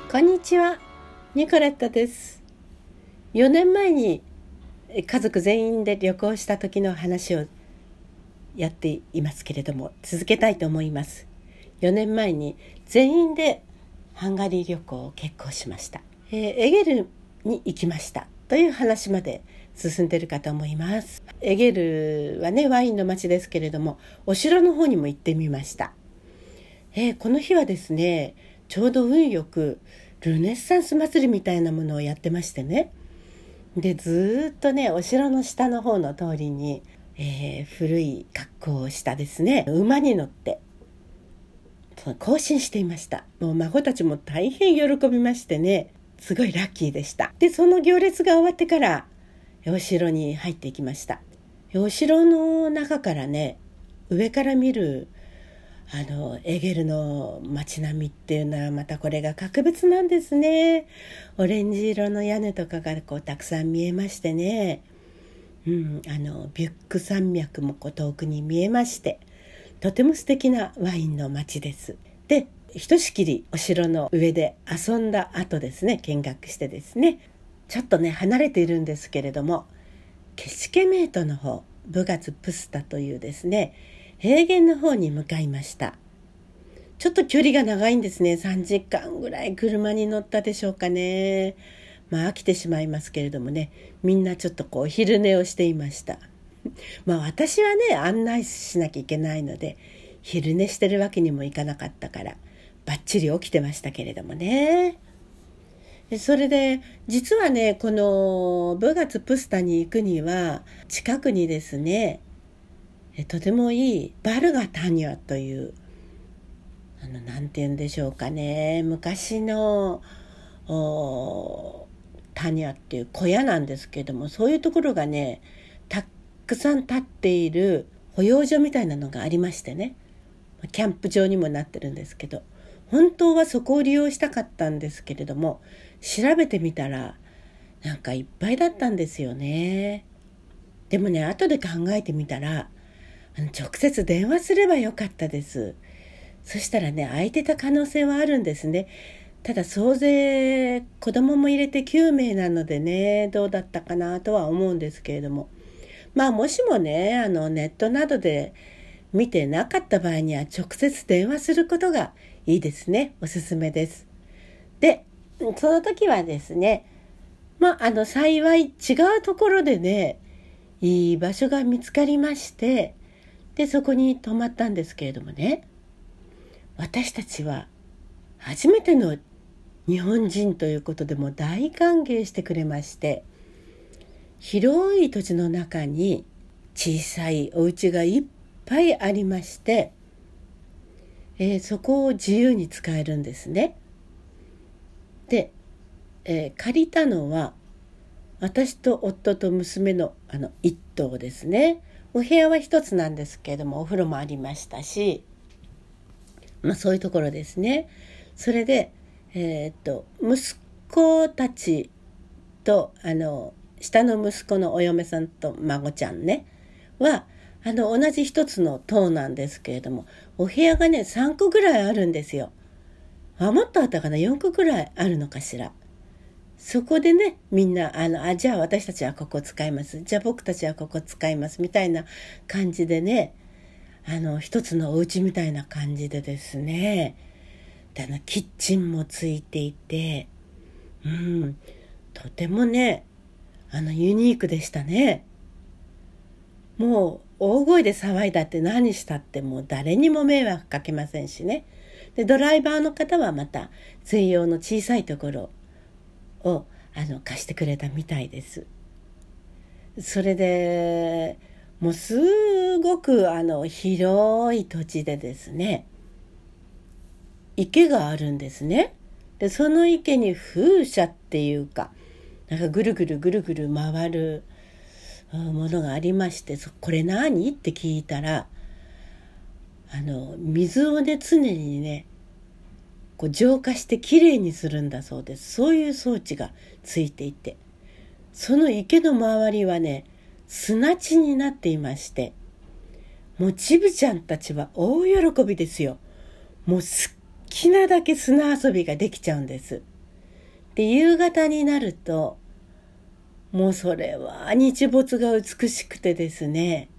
こんにちは、ニコレットです。4年前に家族全員で旅行した時の話をやっていますけれども、続けたいと思います。4年前に全員でハンガリー旅行を決行しました。エゲルに行きましたという話まで進んでいるかと思います。エゲルはね、ワインの町ですけれども、お城の方にも行ってみました。この日はですね、ちょうど運よくルネッサンス祭りみたいなものをやってましてね。で、ずっとね、お城の下の方の通りに、古い格好をしたですね、馬に乗って行進していました。もう孫たちも大変喜びましてね、すごいラッキーでした。で、その行列が終わってからお城に入っていきました。お城の中からね、上から見るエゲルの街並みっていうのはまたこれが格別なんですね。オレンジ色の屋根とかがたくさん見えましてね、ビュック山脈も遠くに見えまして、とても素敵なワインの街です。で、ひとしきりお城の上で遊んだ後ですね、見学してですね、ちょっとね離れているんですけれども、ケシケメートの方、ブガツプスタというですね、平原の方に向かいました。ちょっと距離が長いんですね。3時間ぐらい車に乗ったでしょうかね。飽きてしまいますけれどもね、みんなちょっと昼寝をしていました。私はね、案内しなきゃいけないので、昼寝してるわけにもいかなかったから、バッチリ起きてましたけれどもね。それで実はね、このブガツプスタに行くには近くにですね、とてもいいバルガタニャというなんて言うんでしょうかね、昔のタニャっていう小屋なんですけども、そういうところがねたくさん建っている保養所みたいなのがありましてね、キャンプ場にもなってるんですけど、本当はそこを利用したかったんですけれども、調べてみたらなんかいっぱいだったんですよね。でもね、後で考えてみたら直接電話すればよかったです。そしたらね、空いてた可能性はあるんですね。ただ総勢子供も入れて9名なのでね、どうだったかなとは思うんですけれども、もしもね、ネットなどで見てなかった場合には直接電話することがいいですね。おすすめです。で、その時はですね、幸い違うところでね、いい場所が見つかりまして、でそこに泊まったんですけれどもね、私たちは初めての日本人ということでも大歓迎してくれまして、広い土地の中に小さいお家がいっぱいありまして、そこを自由に使えるんですね。で、借りたのは私と夫と娘の一棟ですね。お部屋は一つなんですけれども、お風呂もありましたし、そういうところですね。それで、息子たちと下の息子のお嫁さんと孫ちゃんねは同じ一つの棟なんですけれども、お部屋がね3個ぐらいあるんですよ。もっとあったかな、4個ぐらいあるのかしら。そこでね、みんなじゃあ私たちはここ使います、じゃあ僕たちはここ使いますみたいな感じでね、一つのお家みたいな感じでですね、でキッチンもついていて、とてもねユニークでしたね。もう大声で騒いだって何したってもう誰にも迷惑かけませんしね。でドライバーの方はまた専用の小さいところを貸してくれたみたいです。それでもうすごく広い土地でですね、池があるんですね。でその池に風車っていうか、なんかぐるぐるぐるぐる回るものがありまして、これ何って聞いたら、水をね常にね浄化してきれいにするんだそうです。そういう装置がついていて、その池の周りはね砂地になっていまして、もうちぶちゃんたちは大喜びですよ。もう好きなだけ砂遊びができちゃうんです。 で夕方になるともうそれは日没が美しくてですね、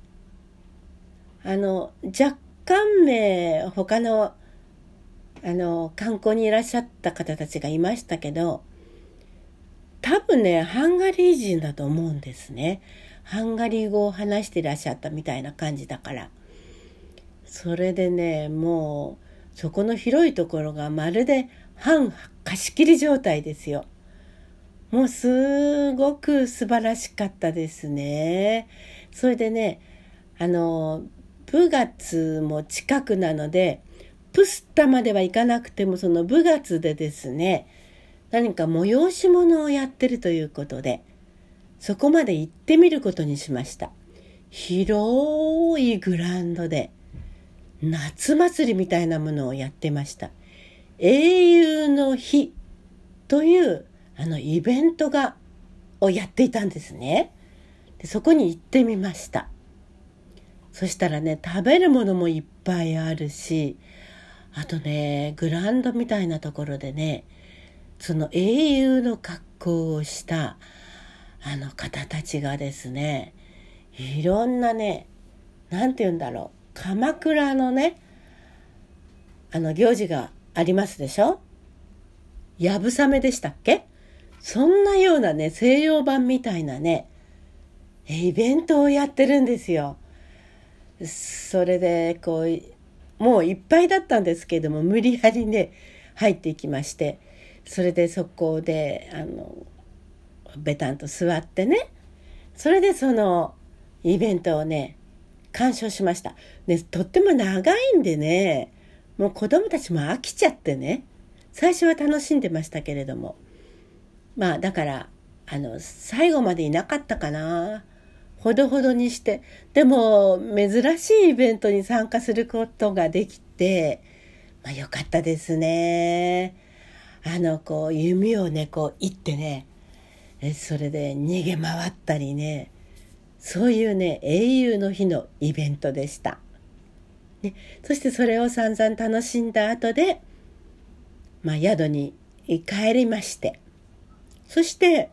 若干他の観光にいらっしゃった方たちがいましたけど、多分ねハンガリー人だと思うんですね。ハンガリー語を話していらっしゃったみたいな感じだから、それでね、もうそこの広いところがまるで半貸し切り状態ですよ。もうすごく素晴らしかったですね。それでね、ブガツも近くなので、プスタまでは行かなくても、そのブガツでですね、何か催し物をやってるということで、そこまで行ってみることにしました。広いグラウンドで夏祭りみたいなものをやってました。英雄の日というイベントをやっていたんですね。でそこに行ってみました。そしたらね、食べるものもいっぱいあるし、あとね、グラウンドみたいなところでね、その英雄の格好をした方たちがですね、いろんなね、なんて言うんだろう、鎌倉のね、行事がありますでしょ。やぶさめでしたっけ。そんなようなね、西洋版みたいなね、イベントをやってるんですよ。それでもういっぱいだったんですけれども、無理やりね入っていきまして、それでそこでベタンと座ってね、それでそのイベントをね鑑賞しました。でとっても長いんでね、もう子供たちも飽きちゃってね、最初は楽しんでましたけれども、まあだから最後までいなかったかな。ほどほどにして、でも珍しいイベントに参加することができて、よかったですね。弓をね射ってね、それで逃げ回ったりね、そういうね英雄の日のイベントでした、ね。そしてそれを散々楽しんだ後で、宿に帰りまして、そして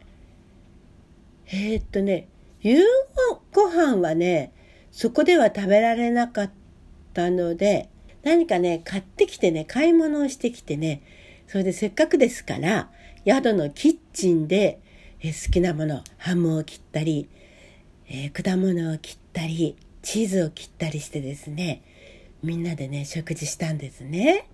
夕ご飯はねそこでは食べられなかったので、何かね買ってきてね、買い物をしてきてね、それでせっかくですから宿のキッチンで好きなもの、ハムを切ったり、果物を切ったり、チーズを切ったりしてですね、みんなでね食事したんですね。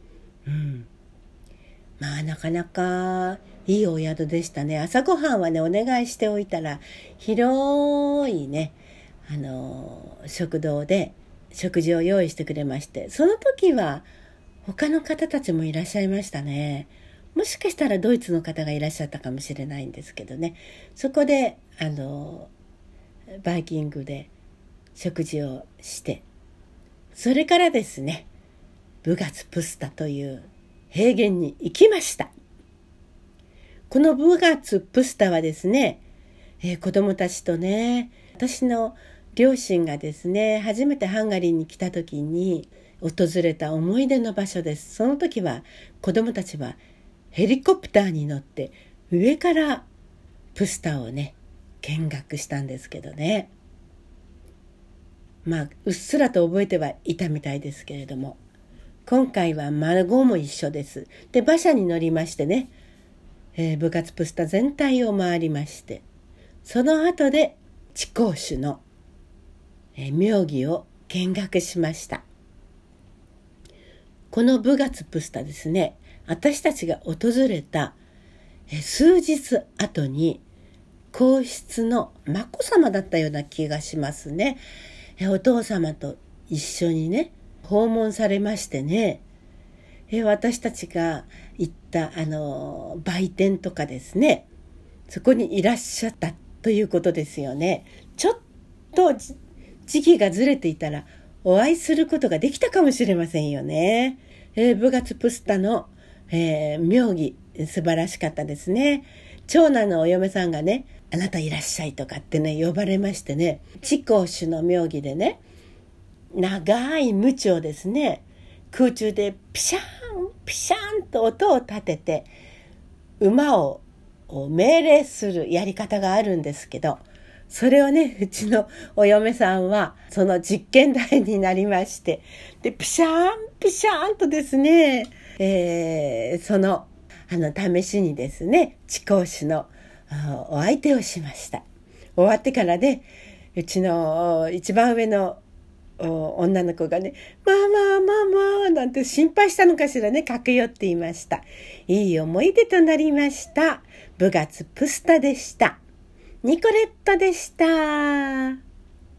なかなかいいお宿でしたね。朝ごはんはねお願いしておいたら、広いね食堂で食事を用意してくれまして、その時は他の方たちもいらっしゃいましたね。もしかしたらドイツの方がいらっしゃったかもしれないんですけどね、そこでバイキングで食事をして、それからですねブガツプスタという平原に行きました。このブガツプスタはですね、子供たちとね、私の両親がですね初めてハンガリーに来た時に訪れた思い出の場所です。その時は子供たちはヘリコプターに乗って上からプスタをね見学したんですけどね、うっすらと覚えてはいたみたいですけれども、今回は孫も一緒です。で馬車に乗りましてね、ブガツプスタ全体を回りまして、その後で地公主の妙義を見学しました。このブガツプスタですね、私たちが訪れた数日後に皇室の眞子さまだったような気がしますね。お父様と一緒にね訪問されましてね、私たちが行った売店とかですね、そこにいらっしゃったということですよね。ちょっと時期がずれていたらお会いすることができたかもしれませんよね。ブガツプスタの、妙義素晴らしかったですね。長男のお嫁さんがね、あなたいらっしゃいとかってね呼ばれましてね、地公主の妙義でね、長い鞭をですね空中でピシャンピシャンと音を立てて馬を命令するやり方があるんですけど、それをね、うちのお嫁さんはその実験台になりまして、でピシャーンピシャーンとですね、その試しにですね、地講師のお相手をしました。終わってからね、うちの一番上の女の子がね、ママママなんて心配したのかしらね、駆け寄っていました。いい思い出となりました。部活プスタでした。ニコレットでした。